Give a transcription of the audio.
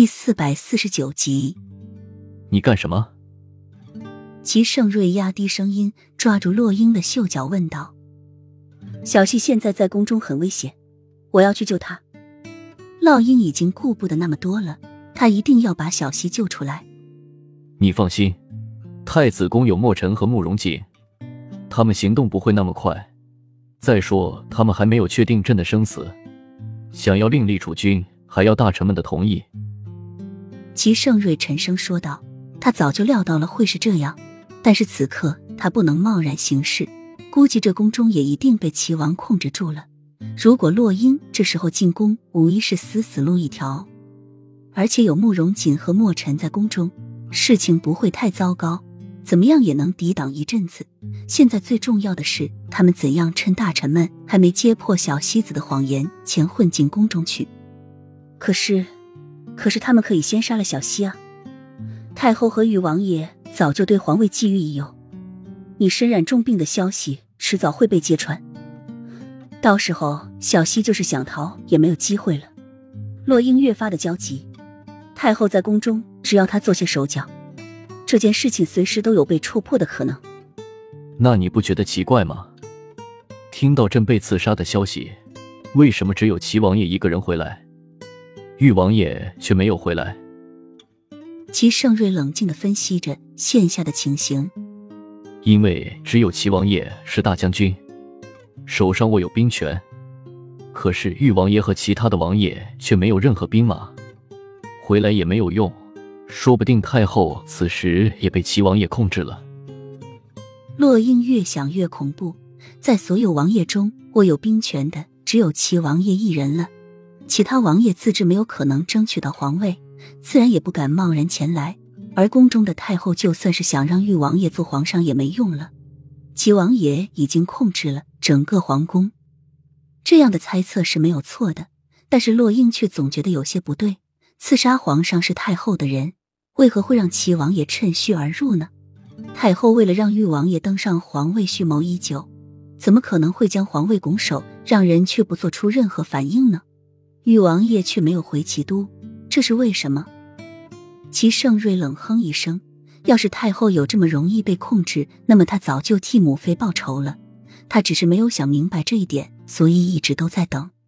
第449集。 你干什么？ 齐盛瑞压低声音抓住洛英的袖角问道。小希现在在宫中很危险，我要去救她。洛英已经顾不得那么多了，她一定要把小希救出来。 你放心，太子宫有墨尘和慕容锦，他们行动不会那么快。再说他们还没有确定朕的生死，想要另立储君，还要大臣们的同意。 齐盛瑞沉声说道，他早就料到了会是这样，但是此刻他不能贸然行事，估计这宫中也一定被齐王控制住了。如果洛英这时候进宫，无疑是死路一条。而且有慕容锦和墨尘在宫中，事情不会太糟糕，怎么样也能抵挡一阵子。现在最重要的是，他们怎样趁大臣们还没揭破小西子的谎言前混进宫中去。可是他们可以先杀了小希啊！太后和誉王爷早就对皇位觊觎已有，你身染重病的消息迟早会被揭穿，到时候小希就是想逃也没有机会了。洛英越发的焦急，太后在宫中，只要她做些手脚，这件事情随时都有被戳破的可能。 那你不觉得奇怪吗？听到朕被刺杀的消息，为什么只有齐王爷一个人回来，誉王爷却没有回来？ 齐盛瑞冷静地分析着现下的情形。 因为只有齐王爷是大将军，手上握有兵权，可是誉王爷和其他的王爷却没有任何兵马，回来也没有用，说不定太后此时也被齐王爷控制了。 洛英越想越恐怖，在所有王爷中握有兵权的只有齐王爷一人了，其他王爷自知没有可能争取到皇位，自然也不敢贸然前来，而宫中的太后就算是想让誉王爷做皇上也没用了，齐王爷已经控制了整个皇宫。这样的猜测是没有错的，但是洛英却总觉得有些不对，刺杀皇上是太后的人，为何会让齐王爷趁虚而入呢？太后为了让誉王爷登上皇位蓄谋已久，怎么可能会将皇位拱手让人却不做出任何反应呢？誉王爷却没有回齐都，这是为什么？齐盛瑞冷哼一声，要是太后有这么容易被控制，那么他早就替母妃报仇了，他只是没有想明白这一点，所以一直都在等。